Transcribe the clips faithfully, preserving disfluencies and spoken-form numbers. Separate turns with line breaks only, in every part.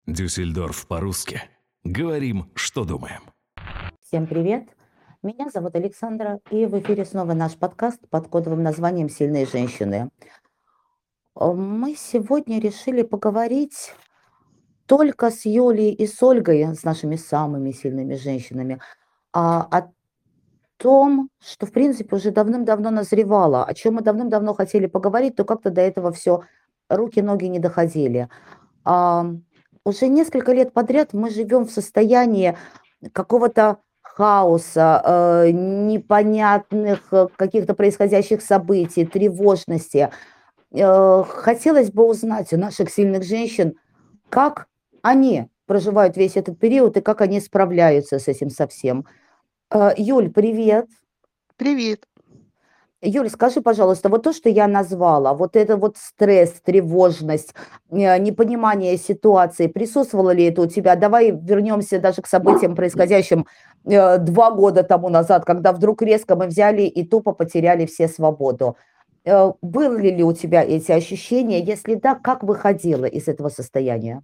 Дюссельдорф по-русски. Говорим, что думаем.
Всем привет! Меня зовут Александра, и в эфире снова наш подкаст под кодовым названием «Сильные женщины». Мы сегодня решили поговорить только с Юлей и с Ольгой, с нашими самыми сильными женщинами, а, о том, что, в принципе, уже давным-давно назревало, о чем мы давным-давно хотели поговорить, но как-то до этого все руки-ноги не доходили. А, Уже несколько лет подряд мы живем в состоянии какого-то хаоса, э, непонятных э, каких-то происходящих событий, тревожности. Э, Хотелось бы узнать у наших сильных женщин, как они проживают весь этот период и как они справляются с этим совсем. Э, Юль, привет.
Привет.
Юль, скажи, пожалуйста, вот то, что я назвала, вот это вот стресс, тревожность, э, непонимание ситуации, присутствовало ли это у тебя? Давай вернемся даже к событиям, происходящим э, два года тому назад, когда вдруг резко мы взяли и тупо потеряли все свободу. Э, Были ли у тебя эти ощущения? Если да, как выходила из этого состояния?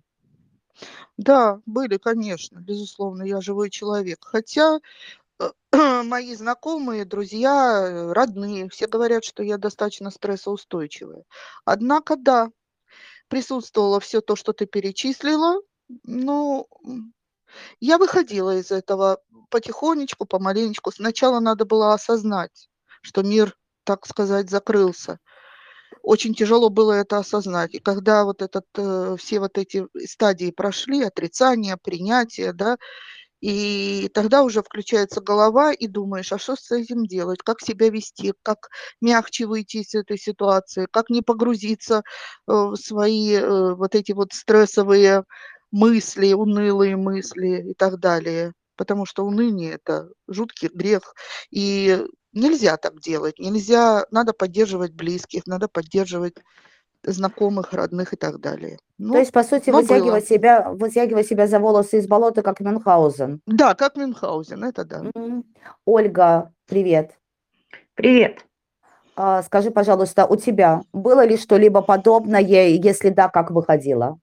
Да, были, конечно, безусловно, я живой человек. Хотя э, мои знакомые, друзья, э, родные, все говорят, что я достаточно стрессоустойчивая. Однако, да, присутствовало все то, что ты перечислила, но м, я выходила из этого потихонечку, помаленечку. Сначала надо было осознать, что мир, так сказать, закрылся. Очень тяжело было это осознать. И когда вот этот, э, все вот эти стадии прошли, отрицание, принятие, да, и тогда уже включается голова и думаешь, а что с этим делать, как себя вести, как мягче выйти из этой ситуации, как не погрузиться э, в свои э, вот эти вот стрессовые мысли, унылые мысли и так далее. Потому что уныние – это жуткий грех. И нельзя так делать. Нельзя, надо поддерживать близких, надо поддерживать знакомых, родных и так далее.
То
Ну,
есть, по сути,
но было.
вытягивать себя, вытягивать себя за волосы из болота, как Мюнхгаузен.
Да, как Мюнхгаузен, это да.
М. Ольга, привет.
Привет.
А, Скажи, пожалуйста, у тебя было ли что-либо подобное? Если да, как выходила?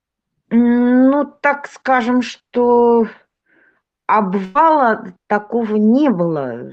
М, Ну, так скажем, что обвала такого не было.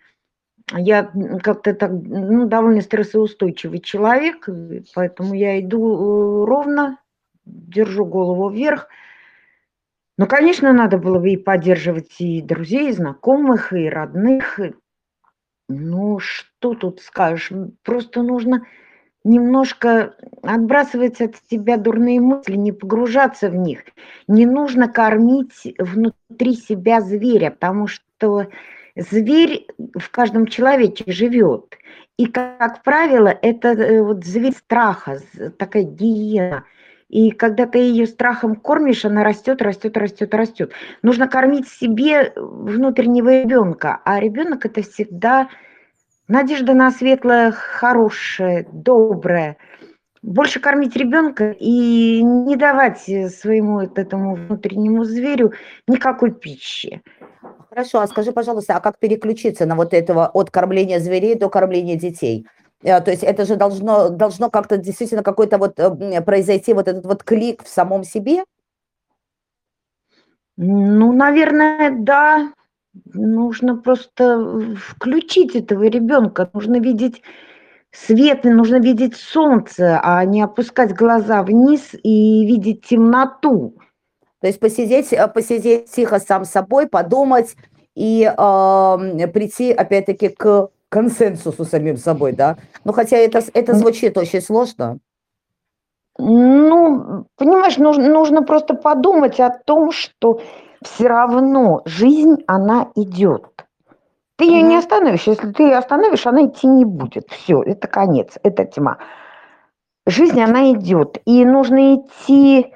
Я м, как-то так, ну, довольно стрессоустойчивый человек, и поэтому я иду э, ровно, держу голову вверх. Но, конечно, надо было бы и поддерживать и друзей, и знакомых, и родных. и- Ну, что тут скажешь? М, Просто нужно немножко отбрасывать от себя дурные мысли, не погружаться в них. Не нужно кормить внутри себя зверя, потому что зверь в каждом человеке живет. И, как правило, это э, вот зверь страха, з- такая гиена. И когда ты ее страхом кормишь, она растет, растет, растет, растет. Нужно кормить в себе внутреннего ребенка, а ребенок это всегда надежда на светлое, хорошее, доброе. Больше кормить ребенка и не давать э, своему вот этому внутреннему зверю никакой пищи.
Хорошо, а скажи, пожалуйста, а как переключиться на вот этого от кормления зверей до кормления детей? Э, То есть это же должно, должно как-то действительно какой-то вот э, м, произойти вот этот вот клик в самом себе?
Ну, наверное, да. Нужно просто включить этого ребенка. Нужно видеть свет, и нужно видеть солнце, а не опускать глаза вниз и видеть темноту.
То есть посидеть, э, посидеть тихо сам с собой, подумать и ам, прийти опять-таки к консенсусу с самим собой, да? Ну, хотя это, с- это звучит очень сложно.
Ну, понимаешь, нужно, нужно просто подумать о том, что все равно жизнь, она идет. Ты ее не
Мгм.
остановишь. Если ты ее остановишь, она идти не будет. Все, это конец, это тьма. Жизнь, она идет. И нужно идти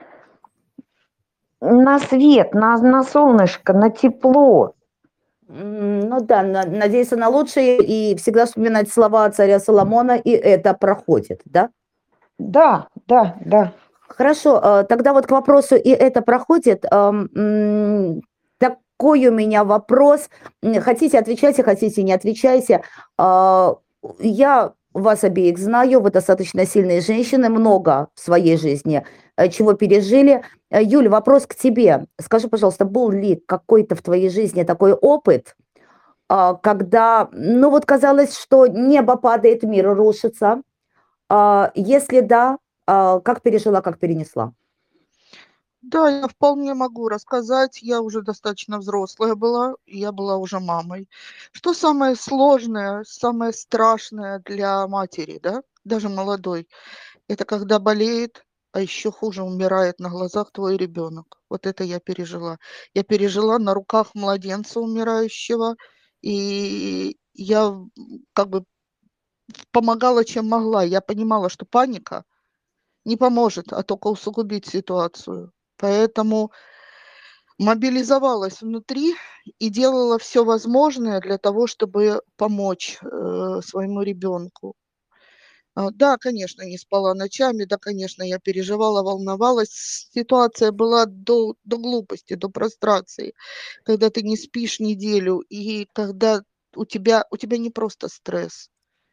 на свет, на, на солнышко, на тепло.
М, Ну да, на- надеяться на лучшее и всегда вспоминать слова царя Соломона, и это проходит, да?
Да, да, да.
Хорошо, э, тогда вот к вопросу «и это проходит». ам, м, Такой у меня вопрос. М, Хотите, отвечайте, хотите, не отвечайте. А, Я вас обеих знаю, вы достаточно сильные женщины, много в своей жизни э, чего пережили. Э, Юль, вопрос к тебе. Скажи, пожалуйста, был ли какой-то в твоей жизни такой опыт, а, когда, ну вот казалось, что небо падает, мир рушится? А, Если да, а, как пережила, как перенесла?
Да, я вполне могу рассказать. Я уже достаточно взрослая была, я была уже мамой. Что самое сложное, самое страшное для матери, да, даже молодой, это когда болеет, а еще хуже умирает на глазах твой ребенок. Вот это я пережила. Я пережила на руках младенца умирающего, и я м, как бы помогала, чем могла. Я понимала, что паника не поможет, а только усугубит ситуацию. Поэтому мобилизовалась внутри и делала все возможное для того, чтобы помочь э, своему ребенку. А, Да, конечно, не спала ночами, да, конечно, я переживала, волновалась. Ситуация была до, до глупости, до прострации, когда ты не спишь неделю, и когда у тебя, у тебя не просто стресс,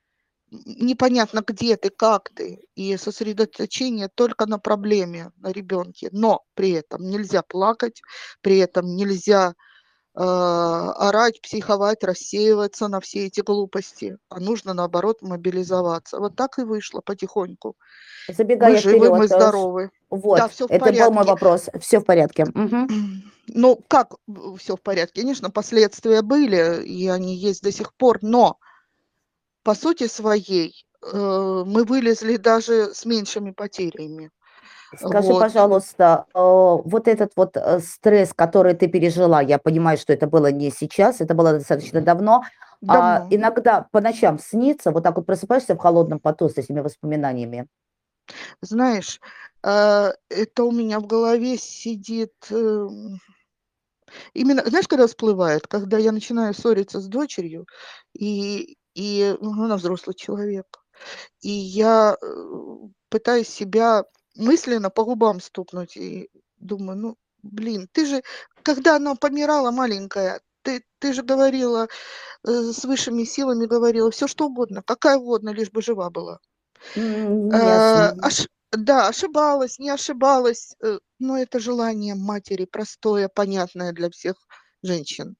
непонятно, где ты, как ты, и сосредоточение только на проблеме, на ребенке. Но при этом нельзя плакать, при этом нельзя э, орать, психовать, рассеиваться на все эти глупости, а нужно, наоборот, мобилизоваться. Вот так и вышло потихоньку. Мы
Забегая
живы, мы
вперед, э, ш-
здоровы. Да,
вот,
все в
это был мой
порядке.
вопрос. Все в порядке. Мгм.
Ну, как все в порядке? Конечно, последствия были, и они есть до сих пор, но по сути своей э, мы вылезли даже с меньшими потерями.
Скажи,
Вот.
пожалуйста, э, вот этот вот э, стресс, который ты пережила, я понимаю, что это было не сейчас, это было достаточно давно, а
Давно.
иногда по ночам снится, вот так вот просыпаешься в холодном поту с этими воспоминаниями.
Знаешь, э, это у меня в голове сидит. э, Именно, знаешь, когда всплывает? Когда я начинаю ссориться с дочерью, и, и ну, она взрослый человек, и я э, пытаюсь себя мысленно по губам стукнуть, и думаю, ну, блин, ты же, когда она помирала маленькая, ты, ты же говорила, э, с высшими силами говорила, все что угодно, какая угодно, лишь бы жива была.
М,
Э,
Ясно.
ош- Да, ошибалась, не ошибалась, э, но это желание матери простое, понятное для всех женщин.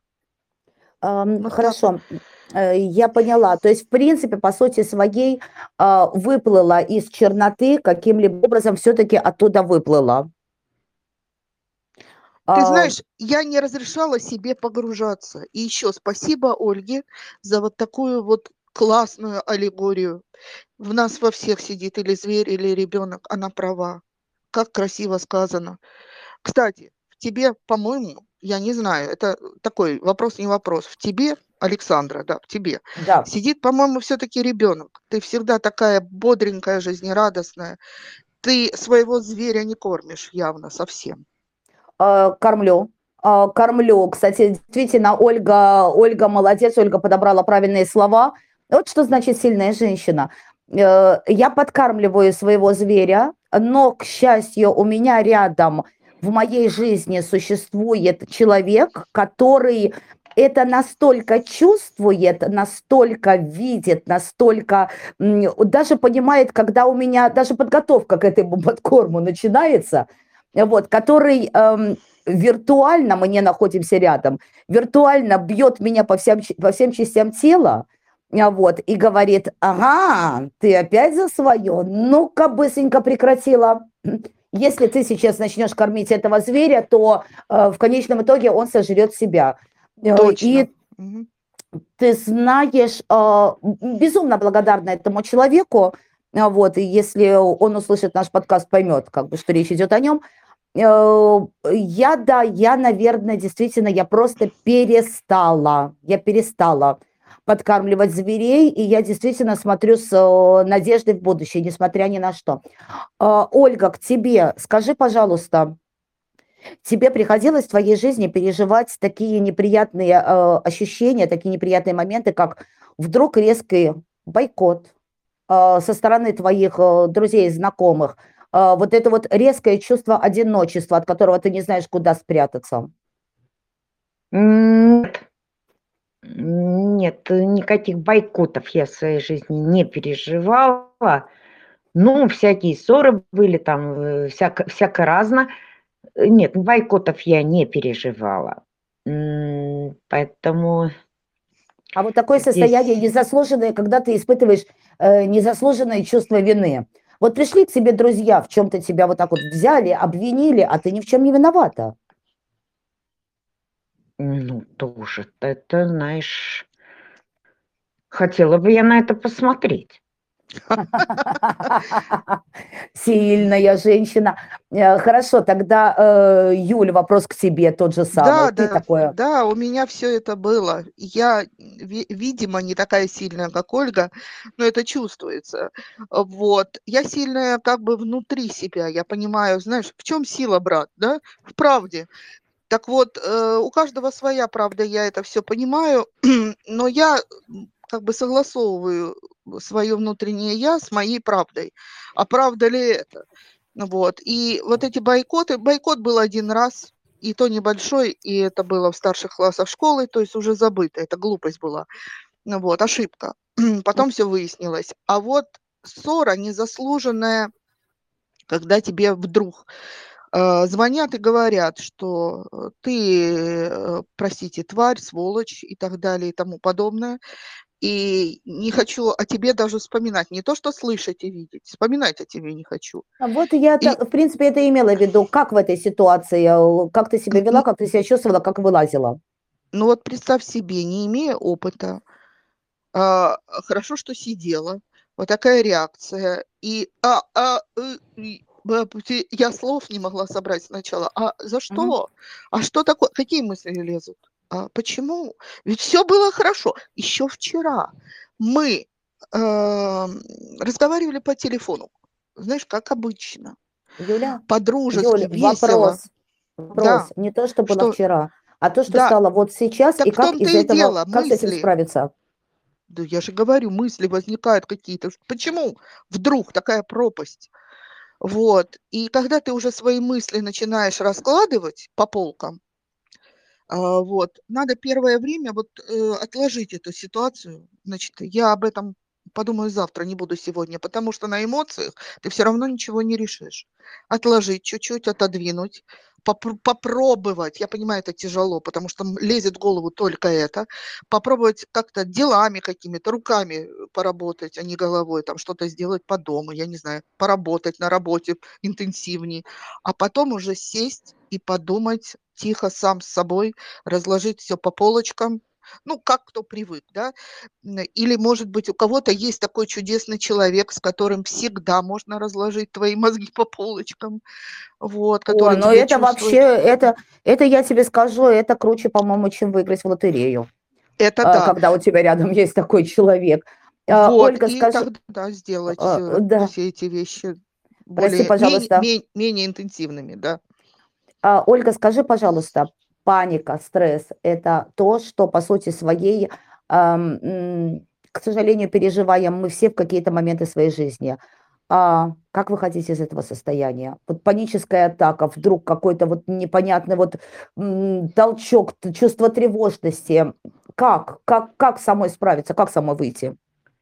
Ам,
Вот так вот.
Хорошо, э, я поняла. То есть, в принципе, по сути своей, а, выплыла из черноты, каким-либо образом все-таки оттуда выплыла.
Ты
А,
знаешь, я не разрешала себе погружаться. И еще спасибо Ольге за вот такую вот классную аллегорию. В нас во всех сидит или зверь, или ребенок. Она права. Как красиво сказано. Кстати, в тебе, по-моему, я не знаю, это такой вопрос, не вопрос. В тебе, Александра, да, в тебе,
Да,
сидит, по-моему, все-таки ребенок. Ты всегда такая бодренькая, жизнерадостная. Ты своего зверя не кормишь явно совсем.
а, кормлю. А, Кормлю. Кстати, действительно, Ольга, Ольга молодец, Ольга подобрала правильные слова. Вот что значит сильная женщина. Э, Я подкармливаю своего зверя, но, к счастью, у меня рядом в моей жизни существует человек, который это настолько чувствует, настолько видит, настолько м, даже понимает, когда у меня даже подготовка к этому подкорму начинается, вот, который эм, виртуально, мы не находимся рядом, виртуально бьет меня по всем, ч- по всем частям тела, а, вот, и говорит, ага, ты опять за свое, ну-ка быстренько прекратила. Если ты сейчас начнешь кормить этого зверя, то э, в конечном итоге он сожрет себя. Э,
Точно.
И
Мгм.
ты знаешь, а, безумно благодарна этому человеку, а, вот, и если он услышит наш подкаст, поймет, как бы, что речь идет о нем. Э, Я, да, я, наверное, действительно, я просто перестала, я перестала подкармливать зверей, и я действительно смотрю с э, надеждой в будущее, несмотря ни на что. А, Ольга, к тебе, скажи, пожалуйста, тебе приходилось в твоей жизни переживать такие неприятные э, ощущения, такие неприятные моменты, как вдруг резкий бойкот э, со стороны твоих э, друзей и знакомых, э, вот это вот резкое чувство одиночества, от которого ты не знаешь, куда спрятаться?
Нет, нет, никаких бойкотов я в своей жизни не переживала. Ну, всякие ссоры были, там э, всяко, всяко разно. Э, Нет, бойкотов я не переживала. М, Поэтому
А вот такое состояние
здесь,
незаслуженное, когда ты испытываешь э, незаслуженное чувство вины. Вот пришли к тебе друзья, в чем-то тебя вот так вот взяли, обвинили, а ты ни в чем не виновата.
ну, тоже, это, знаешь, хотела бы я на это посмотреть.
Сильная женщина. Э, Хорошо, тогда, э, Юль, вопрос к тебе тот же самый.
Да,
Ты
да,
такое...
да, у меня все это было. Я, ви- видимо, не такая сильная, как Ольга, но это чувствуется. А, Вот. Я сильная как бы внутри себя. Я понимаю, знаешь, в чем сила, брат, да? В правде. Так вот, э, у каждого своя правда, я это все понимаю, но я м, как бы согласовываю свое внутреннее я с моей правдой. А правда ли это? Ну вот. И вот эти бойкоты, бойкот был один раз, и то небольшой, и это было в старших классах школы, то есть уже забыто, это глупость была. Ну вот, ошибка. Потом все выяснилось. А вот ссора незаслуженная, когда тебе вдруг э, звонят и говорят, что э, ты, э, простите, тварь, сволочь и так далее и тому подобное. И не хочу о тебе даже вспоминать. Не то, что слышать и видеть. Вспоминать о тебе не хочу.
А Вот я,
И,
в принципе, это имела в виду. Как в этой ситуации, э, как ты себя вела,
ну,
как ты себя чувствовала, как вылазила?
ну вот представь себе, не имея опыта, а, хорошо, что сидела. Вот такая реакция. И а, а, э, и, б- пути- я слов не могла собрать сначала. А за
Мгм.
что? А что такое? Какие мысли лезут? А почему? Ведь все было хорошо. Еще вчера мы эм, разговаривали по телефону. Знаешь, как обычно.
Юля,
По-дружески,
Юль,
весело.
вопрос, вопрос.
Да,
Не то, что было
что?
вчера, а то, что
Да,
стало вот сейчас, и
так в
как
том-то
из
и
этого,
дело,
как с этим
мысли.
справиться?
Да я же говорю, мысли возникают какие-то. Почему вдруг такая пропасть? Вот. И когда ты уже свои мысли начинаешь раскладывать по полкам, а, вот, надо первое время вот э, отложить эту ситуацию. Значит, я об этом подумаю завтра, не буду сегодня, потому что на эмоциях ты все равно ничего не решишь. Отложить чуть-чуть, отодвинуть, попр- попробовать. Я понимаю, это тяжело, потому что м- лезет в голову только это. Попробовать как-то делами какими-то, руками э, поработать, а не головой, там что-то сделать по дому, я не знаю, поработать на работе интенсивнее, а потом уже сесть и подумать тихо сам с собой, разложить все по полочкам, ну, как кто привык, да. Н Или, может быть, у кого-то есть такой чудесный человек, с которым всегда можно разложить твои мозги по полочкам, вот,
О,
который
ну
тебя
это вообще,
чувствует.
это, это я тебе скажу, это круче, по-моему, чем выиграть в лотерею,
Это
а,
да.
когда у тебя рядом есть такой человек. А,
Вот,
Ольга,
и
скажи,
тогда сделать,
а,
э,
да,
все эти вещи
прости,
более менее
пожалуйста.
менее менее интенсивными, да.
А, Ольга, скажи, пожалуйста, паника, стресс – это то, что по сути своей, ам, м, к сожалению, переживаем мы все в какие-то моменты своей жизни. А как выходить из этого состояния? Вот паническая атака, вдруг какой-то вот непонятный вот м, толчок, т- чувство тревожности. Как? Как, как самой справиться? Как самой выйти?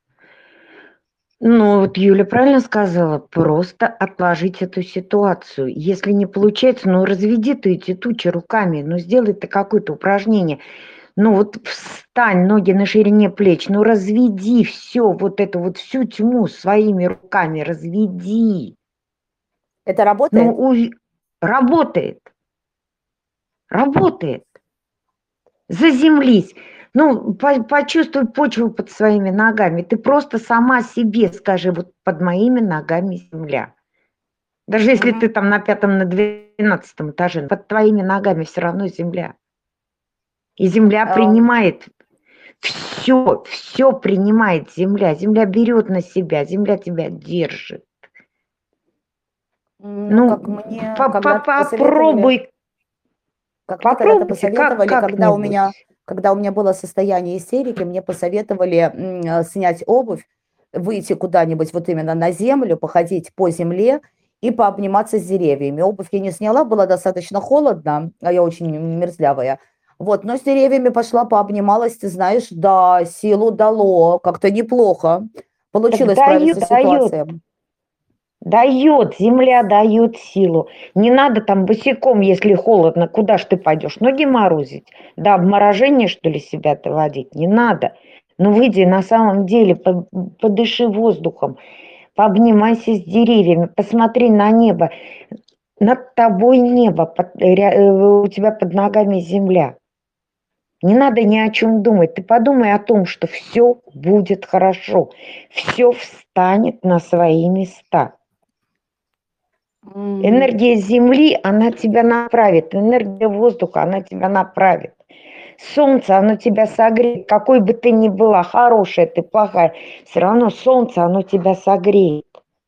Ну, вот Юля правильно сказала, просто отложить эту ситуацию. Если не получается, ну, разведи ты эти тучи руками, ну, сделай ты какое-то упражнение. Ну, вот встань, ноги на ширине плеч, ну, разведи все, вот эту вот всю тьму своими руками, разведи.
Это
Ну,
работает?
уви- работает, работает. Заземлись. Ну, по- почувствуй почву под своими ногами. Ты просто сама себе скажи, вот под моими ногами земля. Даже если
Мгм.
ты там на пятом, на двенадцатом этаже, под твоими ногами все равно земля. И земля
А,
принимает все, все принимает земля. Земля берет на себя, земля тебя держит.
Ну, как
Ну,
мне
по- по-
когда-то посоветовали,
попробуй,
как мне когда-то
попробуйте как,
посоветовали, когда у
как-нибудь.
меня, когда у меня было состояние истерики, мне посоветовали м, э, снять обувь, выйти куда-нибудь вот именно на землю, походить по земле и пообниматься с деревьями. Обувь я не сняла, было достаточно холодно, а я очень мерзлявая. Вот, но с деревьями пошла, пообнималась, ты знаешь, да, силу дало, как-то неплохо.
Так
Получилось
дает,
справиться с
дает.
ситуацией.
Дает, земля дает силу. Не надо там босиком, если холодно, куда ж ты пойдешь? Ноги морозить. Да, обморожение, что ли, себя доводить? Не надо. Ну, выйди на самом деле, по- подыши воздухом, пообнимайся с деревьями, посмотри на небо. Над тобой небо, под- ря- э, у тебя под ногами земля. Не надо ни о чем думать. Ты подумай о том, что все будет хорошо. Все встанет на свои места.
М,
Энергия Земли, она тебя направит. Энергия воздуха, она тебя направит. Солнце, оно тебя согреет. Какой бы ты ни была, хорошая ты, плохая, все равно солнце, оно тебя согреет.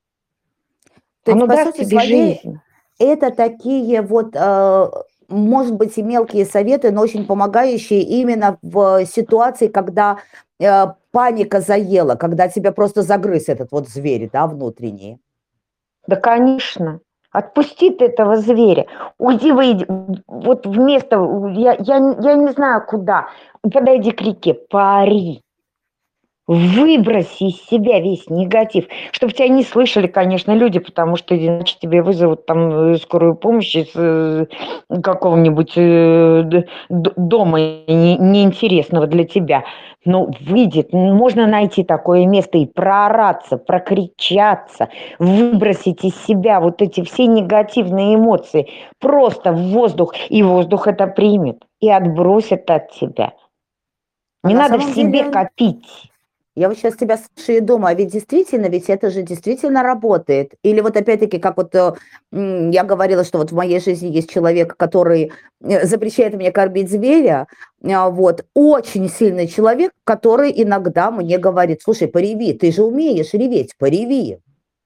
То есть,
Оно
по
даст
сути
тебе
своей,
жизнь.
это такие вот, э, может быть, и мелкие советы, но очень помогающие именно в ситуации, когда э, паника заела, когда тебя просто загрыз этот вот зверь, да, внутренний.
Да, конечно. Отпусти ты этого зверя. Уйди, выйди. Вот вместо... Я, я, я не знаю, куда. Подойди к реке, пари. Выброси из себя весь негатив, чтобы тебя не слышали, конечно, люди, потому что иначе тебе вызовут там э, скорую помощь из э, какого-нибудь э, д- д- дома не- неинтересного для тебя. Но выйдет, можно найти такое место и проораться, прокричаться, выбросить из себя вот эти все негативные эмоции просто в воздух, и воздух это примет и отбросит от тебя.
А
Не
на
надо в
самом
себе
деле,
копить.
я вот сейчас тебя слушаю и думаю, а ведь действительно, ведь это же действительно работает. Или вот опять-таки, как вот э, м, я говорила, что вот в моей жизни есть человек, который э, запрещает мне кормить зверя, а, вот, очень сильный человек, который иногда мне говорит, слушай, пореви, ты же умеешь реветь, пореви.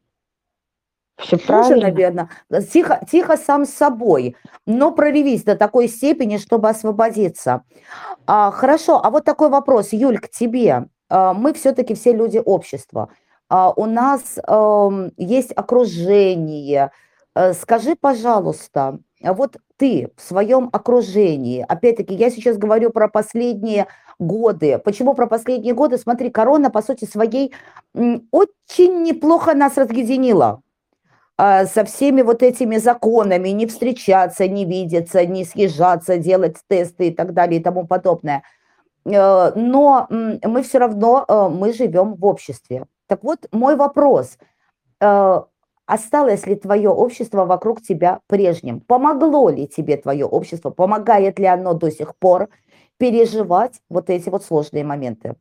Все
Тоже,
правильно.
наверное, тихо, тихо сам с собой, но проревись до такой степени, чтобы освободиться. А, хорошо, а вот такой вопрос, Юль, к тебе. А, мы все-таки все люди общества. А, у нас ам, есть окружение. Э, Скажи, пожалуйста, а вот ты в своем окружении, опять-таки, я сейчас говорю про последние годы. Почему про последние годы? Смотри, корона, по сути своей, м, очень неплохо нас разъединила а, со всеми вот этими законами, не встречаться, не видеться, не съезжаться, делать тесты и так далее и тому подобное. Э, Но м, мы все равно, э, мы живем в обществе. Так вот, мой вопрос, э, осталось ли твое общество вокруг тебя прежним? Помогло ли тебе твое общество? Помогает ли оно до сих пор переживать вот эти вот сложные моменты?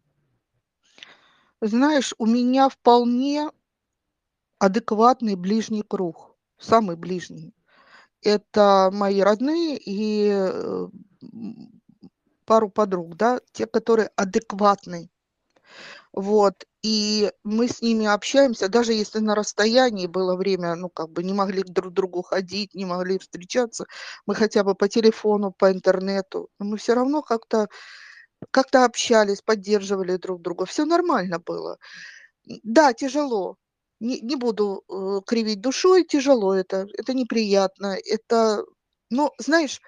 Знаешь, у меня вполне адекватный ближний круг, самый ближний. Это мои родные и э, м, пару подруг, да, те, которые адекватны. Вот. И мы с ними общаемся, даже если на расстоянии было время, ну, как бы не могли друг к другу ходить, не могли встречаться, мы хотя бы по телефону, по интернету, но мы все равно как-то как-то общались, поддерживали друг друга. Все нормально было. М, Да, тяжело. Не, не буду э, кривить душой, тяжело это, это неприятно, это, ну, знаешь,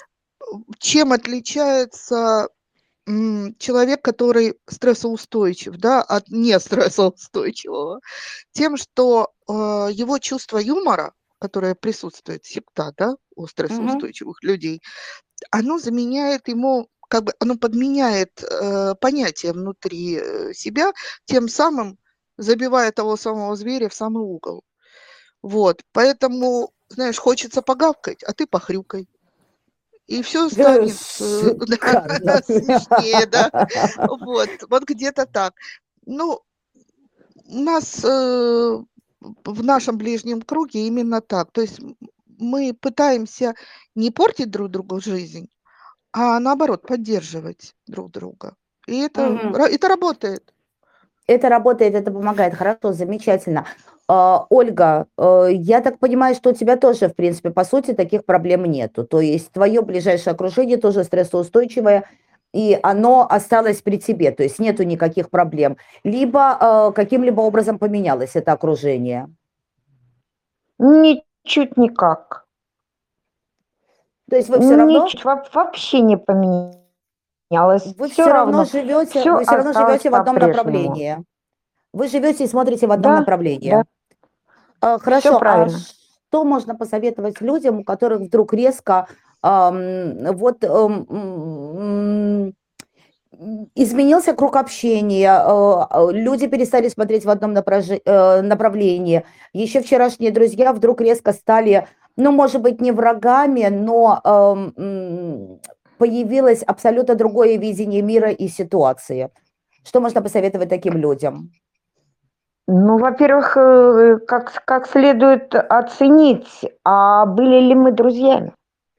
чем отличается м, человек, который стрессоустойчив, да, от нестрессоустойчивого, тем, что э, его чувство юмора, которое присутствует всегда, да, у
Мгм.
стрессоустойчивых людей, оно заменяет ему, как бы, оно подменяет э, понятие внутри э, себя, тем самым забивая того самого зверя в самый угол. Вот, поэтому, знаешь, хочется погавкать, а ты похрюкай. И все
Да,
станет, э,
шикарно.
смешнее, да. Вот, вот где-то так. Ну, у нас, э, в нашем ближнем круге именно так. То есть м мы пытаемся не портить друг другу жизнь, а наоборот поддерживать друг друга. И это
Мгм.
ра это работает.
Это работает, это помогает. Хорошо, замечательно. А, Ольга, э, я так понимаю, что у тебя тоже, в принципе, по сути, таких проблем нету. То есть твое ближайшее окружение тоже стрессоустойчивое, и оно осталось при тебе, то есть нету никаких проблем. Либо э, каким-либо образом поменялось это окружение.
Ничуть никак.
То есть вы все равно,
Ничуть во- вообще не поменялось.
вы
Все
все равно
равно.
живете,
Все
вы все равно
осталось
живете в одном
по-прежнему.
направлении. Вы живете и смотрите в одном
Да,
направлении.
да.
А,
Все
Хорошо, а
правильно.
что можно посоветовать людям, у которых вдруг резко ам, вот ам, м, м, изменился круг общения, а, а, люди перестали смотреть в одном направже- э, направлении, еще вчерашние друзья вдруг резко стали, ну, может быть, не врагами, но ам, м, появилось абсолютно другое видение мира и ситуации. Что можно посоветовать таким людям?
Ну, во-первых, э, как, как следует оценить, а были ли мы друзьями?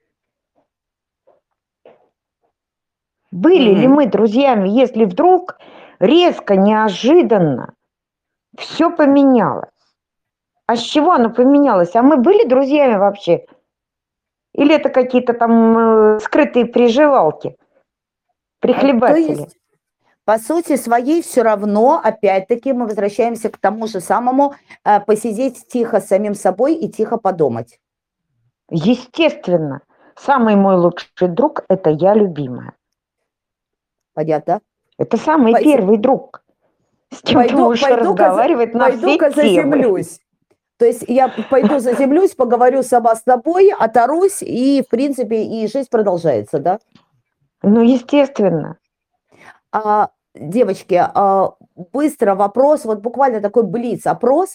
Были ли
Мгм.
мы друзьями, если вдруг резко, неожиданно все поменялось? А с чего оно поменялось? А мы были друзьями вообще? Или это какие-то там э, скрытые приживалки,
А, То
прихлебатели?
есть по сути своей все равно, опять-таки, мы возвращаемся к тому же самому, э, посидеть тихо с самим собой и тихо подумать.
Естественно, самый мой лучший друг – это я любимая.
Понятно?
Это самый
Пойти-
первый друг, с кем ты
Пойду,
можешь
пойду-ка, за-
разговаривать на все
пойду-ка
темы.
заземлюсь. То есть я пойду заземлюсь, поговорю сама с собой, оторусь, и, в принципе, и жизнь продолжается, да?
Ну, естественно.
А, девочки, а, быстро вопрос, вот буквально такой блиц-опрос.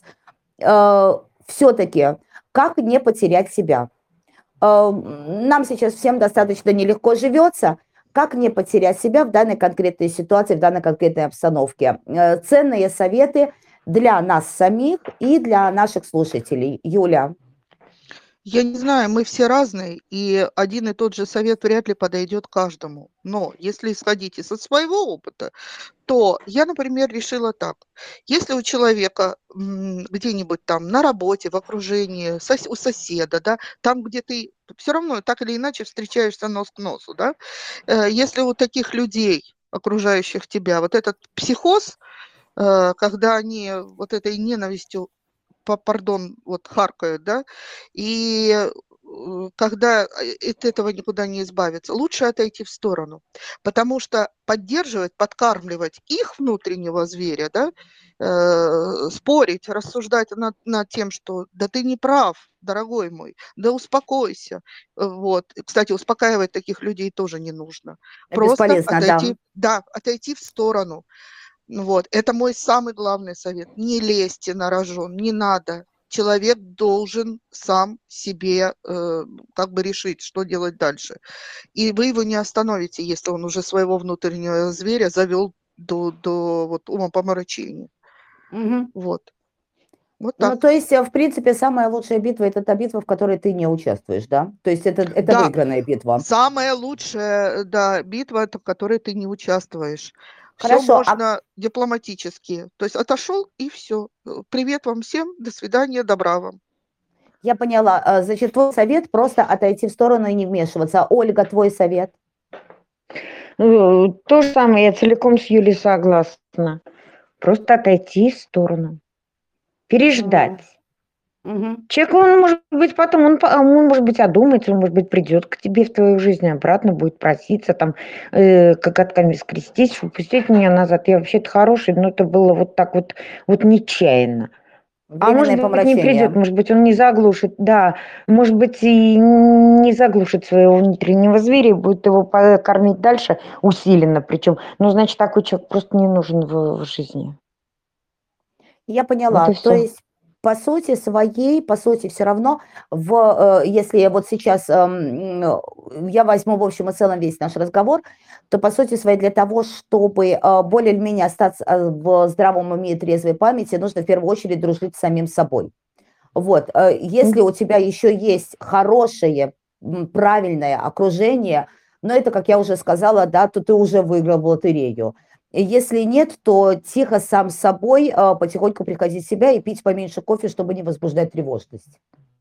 Все-таки, как не потерять себя? Э, Нам сейчас всем достаточно нелегко живется. Как не потерять себя в данной конкретной ситуации, в данной конкретной обстановке? Э, Ценные советы для нас самих и для наших слушателей. Юля.
Я не знаю, мы все разные, и один и тот же совет вряд ли подойдет каждому. Но если исходить из своего опыта, то я, например, решила так. Если у человека м, где-нибудь там на работе, в окружении, сос- у соседа, да, там, где ты все равно так или иначе встречаешься нос к носу, да, э, если у таких людей, окружающих тебя, вот этот психоз, э, когда они вот этой ненавистью, па- пардон, вот харкают, да, и э, когда э, от этого никуда не избавиться, лучше отойти в сторону, потому что поддерживать, подкармливать их внутреннего зверя, да, э, спорить, рассуждать над, над тем, что да ты не прав, дорогой мой, да успокойся. Э, Вот. И, кстати, успокаивать таких людей тоже не нужно. Просто
Бесполезно, да.
отойти, да, отойти в сторону. Ну вот, это мой самый главный совет. Не лезьте на рожон, не надо. Человек должен сам себе э, как бы решить, что делать дальше. И вы его не остановите, если он уже своего внутреннего зверя завел до, до вот умопомрачения.
Мгм.
Вот. Вот
Ну,
так.
то есть, э, в принципе, самая лучшая битва – это та битва, в которой ты не участвуешь, да? То есть это, это
Да,
выигранная битва.
самая лучшая, да, битва, это в которой ты не участвуешь. Все
Хорошо, а
можно дипломатически. То есть отошел и все. Привет вам всем, до свидания, добра вам.
я поняла. Э, Значит, твой совет – просто отойти в сторону и не вмешиваться. Ольга, твой совет?
Э, То же самое, я целиком с Юлей согласна. Просто отойти в сторону, переждать.
Мгм. Мгм.
Человек, он может быть потом, он, по- он может быть одумается, он может быть придет к тебе в твою жизнь обратно, будет проситься там э, коготками скрестись, что пустите меня назад, я вообще-то хороший, но это было вот так вот, вот нечаянно. А может
Временное
быть, не придет,
помрачение.
может быть, он не заглушит, да, может быть, и не заглушит своего внутреннего зверя, и будет его по- кормить дальше усиленно, причем, ну, значит, такой человек просто не нужен в, в жизни.
Я
Вот
поняла.
и
То
все.
есть, по сути своей, по сути, все равно, в, э, если я вот сейчас, эм, э, я возьму в общем и целом весь наш разговор, то, по сути своей, для того, чтобы э, более-менее остаться э, в здравом уме и трезвой памяти, нужно в первую очередь дружить с самим собой. Вот, э, если у тебя еще есть хорошее, м, правильное окружение, но это, как я уже сказала, да, то ты уже выиграл в лотерею. И если нет, то тихо сам с собой, а, потихоньку приходить в себя и пить поменьше кофе, чтобы не возбуждать тревожность.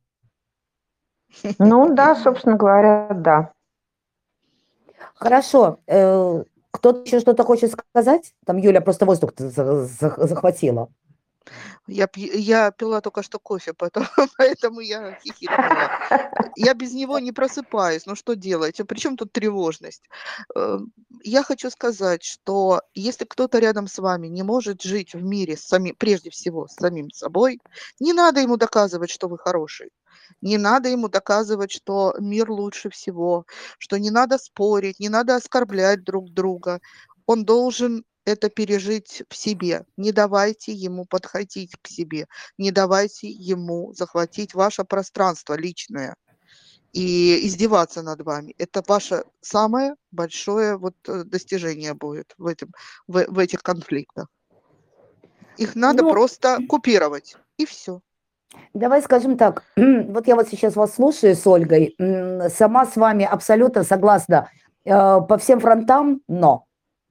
Ну да, собственно говоря, да.
Хорошо, э, кто-то еще что-то хочет сказать? Там Юля просто воздух за- за- захватила.
Я, пью- я пила только что кофе, поэтому, поэтому я хихикнула. Я без него не просыпаюсь. Ну что делать? А при чем тут тревожность? Э, Я хочу сказать, что если кто-то рядом с вами не может жить в мире с самим, прежде всего с самим собой, не надо ему доказывать, что вы хороший. Не надо ему доказывать, что мир лучше всего, что не надо спорить, не надо оскорблять друг друга. Он должен это пережить в себе. Не давайте ему подходить к себе, не давайте ему захватить ваше пространство личное и издеваться над вами. Это ваше самое большое вот э, достижение будет в, этом, в, в этих конфликтах. Их надо
Ну,
просто купировать, и все.
давай скажем так, вот я вот сейчас вас слушаю с Ольгой, м, сама с вами абсолютно согласна э, по всем фронтам, но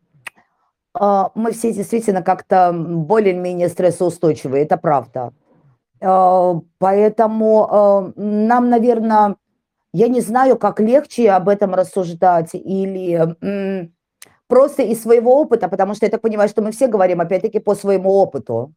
э, мы все действительно как-то более-менее стрессоустойчивые, это правда. Э, Поэтому э, нам, наверное, я не знаю, как легче об этом рассуждать или м, просто из своего опыта, потому что я так понимаю, что мы все говорим опять-таки по своему опыту.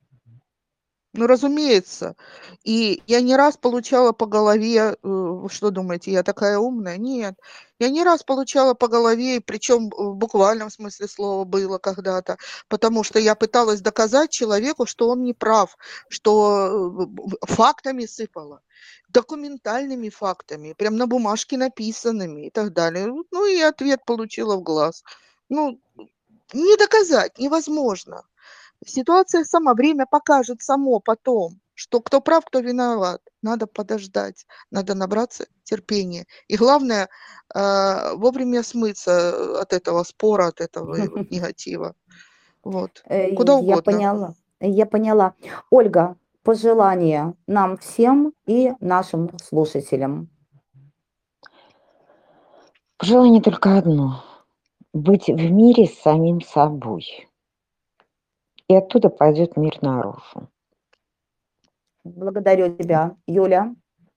Ну, разумеется. И я не раз получала по голове, э, вы что думаете, я такая умная? Нет. Я не раз получала по голове, причем в буквальном смысле слова было когда-то, потому что я пыталась доказать человеку, что он не прав, что э, фактами сыпала, документальными фактами, прям на бумажке написанными и так далее. Ну и ответ получила в глаз. Ну, не доказать невозможно. Ситуация сама, время покажет само потом, что кто прав, кто виноват. Надо подождать, надо набраться терпения. И главное, э, вовремя смыться от этого спора, от этого вот негатива. Вот.
Э,
Куда
Я
угодно.
поняла, я поняла. Ольга, пожелания нам всем и нашим слушателям.
Желание только одно – быть в мире с самим собой. И оттуда пойдет мир наружу.
Благодарю тебя, Юля.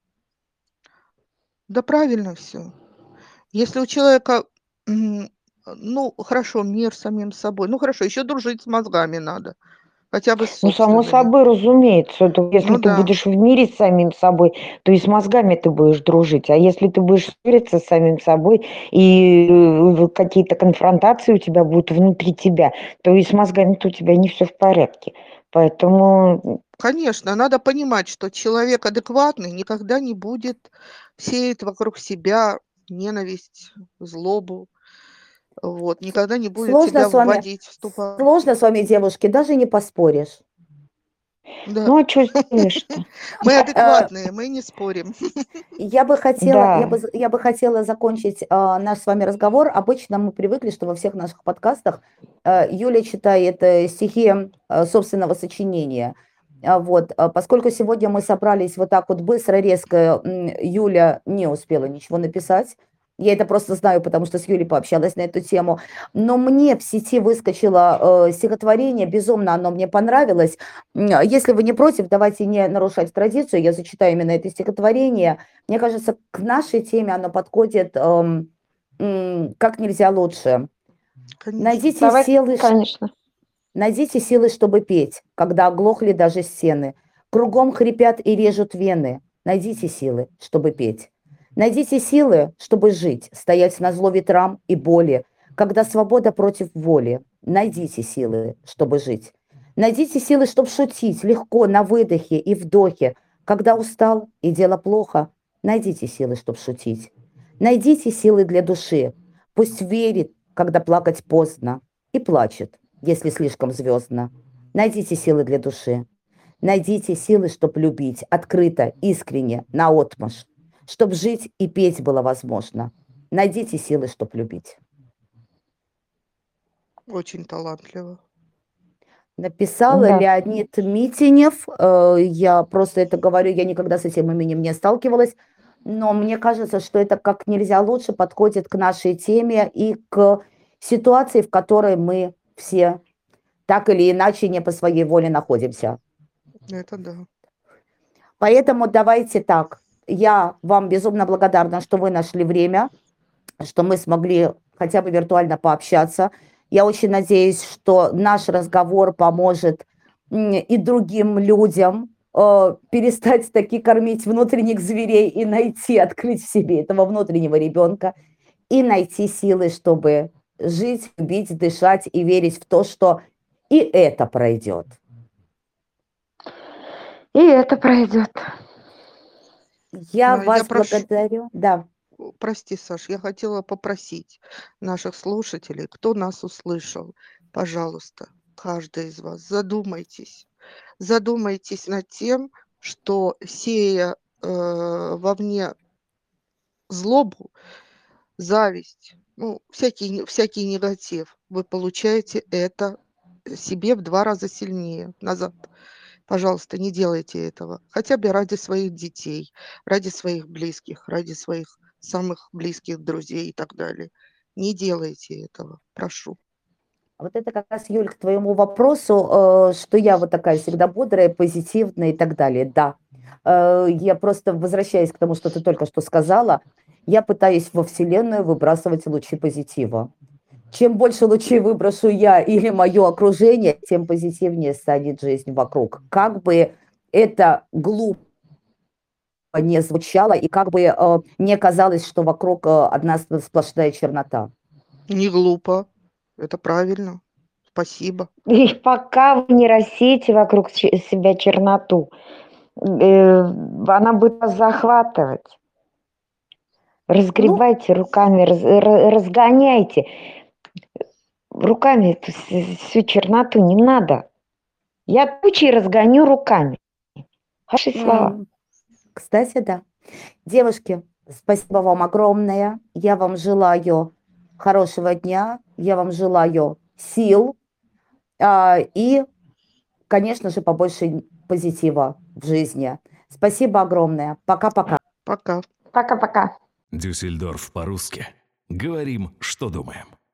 Да правильно все. Если у человека, м, ну, хорошо, мир с самим собой. Ну, хорошо, еще дружить с мозгами надо. Хотя бы с
Ну, само
собственными.
собой, разумеется, это если
Ну
ты
да.
будешь в мире с самим собой, то и с мозгами ты будешь дружить. А если ты будешь ссориться с самим собой, и э, какие-то конфронтации у тебя будут внутри тебя, то и с мозгами-то у тебя не все в порядке. Поэтому,
Конечно, надо понимать, что человек адекватный никогда не будет сеять вокруг себя ненависть, злобу, вот, никогда не будет
Сложно
тебя
с вами,
вводить в ступор.
сложно с вами, девушки, даже не поспоришь.
Да.
ну, а что сделаешь-то?
Мы
Э,
адекватные, мы не спорим.
Я бы хотела, я бы,
Да.
я бы хотела закончить э, наш с вами разговор. Обычно мы привыкли, что во всех наших подкастах э, Юля читает э, стихи э, собственного сочинения. А Вот, а поскольку сегодня мы собрались вот так вот быстро, резко, м, Юля не успела ничего написать. Я это просто знаю, потому что с Юлей пообщалась на эту тему. Но мне в сети выскочило э, стихотворение, безумно оно мне понравилось. М, Если вы не против, давайте не нарушать традицию, я зачитаю именно это стихотворение. Мне кажется, к нашей теме оно подходит эм, м, как нельзя лучше.
Конечно.
Найдите
Давай,
силы, ш-
конечно.
найдите силы, чтобы петь, когда оглохли даже стены. Кругом хрипят и режут вены. Найдите силы, чтобы петь. Найдите силы, чтобы жить, стоять назло ветрам и боли, когда свобода против воли. Найдите силы, чтобы жить. Найдите силы, чтобы шутить легко на выдохе и вдохе, когда устал и дело плохо. Найдите силы, чтобы шутить. Найдите силы для души. Пусть верит, когда плакать поздно, и плачет, если слишком звездно. Найдите силы для души. Найдите силы, чтобы любить открыто, искренне, наотмашь, чтобы жить и петь было возможно. Найдите силы, чтобы любить.
Очень талантливо.
Написала
Да.
Леонид Митинев. Э, Я просто это говорю, я никогда с этим именем не сталкивалась, но мне кажется, что это как нельзя лучше подходит к нашей теме и к ситуации, в которой мы все так или иначе не по своей воле находимся.
Это да.
Поэтому давайте так. Я вам безумно благодарна, что вы нашли время, что мы смогли хотя бы виртуально пообщаться. Я очень надеюсь, что наш разговор поможет м, и другим людям, э, перестать таки кормить внутренних зверей и найти, открыть в себе этого внутреннего ребенка и найти силы, чтобы жить, любить, дышать и верить в то, что и это пройдет.
И это пройдет.
Я
А, Я
вас
прошу,
благодарю. Да.
прости, Саш, я хотела попросить наших слушателей, кто нас услышал, пожалуйста, каждый из вас, задумайтесь. Задумайтесь над тем, что сея э, вовне злобу, зависть, ну, всякий, не- всякий негатив, вы получаете это себе в два раза сильнее назад. Пожалуйста, не делайте этого. Хотя бы ради своих детей, ради своих близких, ради своих самых близких друзей и так далее. Не делайте этого, прошу.
Вот это как раз, Юль, к твоему вопросу, э, что я вот такая всегда бодрая, позитивная и так далее. Да. Э, я просто, возвращаясь к тому, что ты только что сказала, я пытаюсь во Вселенную выбрасывать лучи позитива. Чем больше лучей выброшу я или мое окружение, тем позитивнее станет жизнь вокруг. Как бы это глупо не звучало и как бы э, не казалось, что вокруг э, одна сплошная чернота.
Не глупо, это правильно. Спасибо.
И пока вы не рассеете вокруг че- себя черноту, э, она будет вас захватывать.
Ну,
Разгребайте руками, раз- ра- разгоняйте. Руками эту с- всю черноту не надо. Я тучи разгоню руками. Хорошие слова.
м, кстати, да. Девушки, спасибо вам огромное. Я вам желаю хорошего дня. Я вам желаю сил а, и, конечно же, побольше позитива в жизни. Спасибо огромное. Пока-пока.
Пока.
Пока-пока.
Дюссельдорф по-русски. Говорим, что думаем.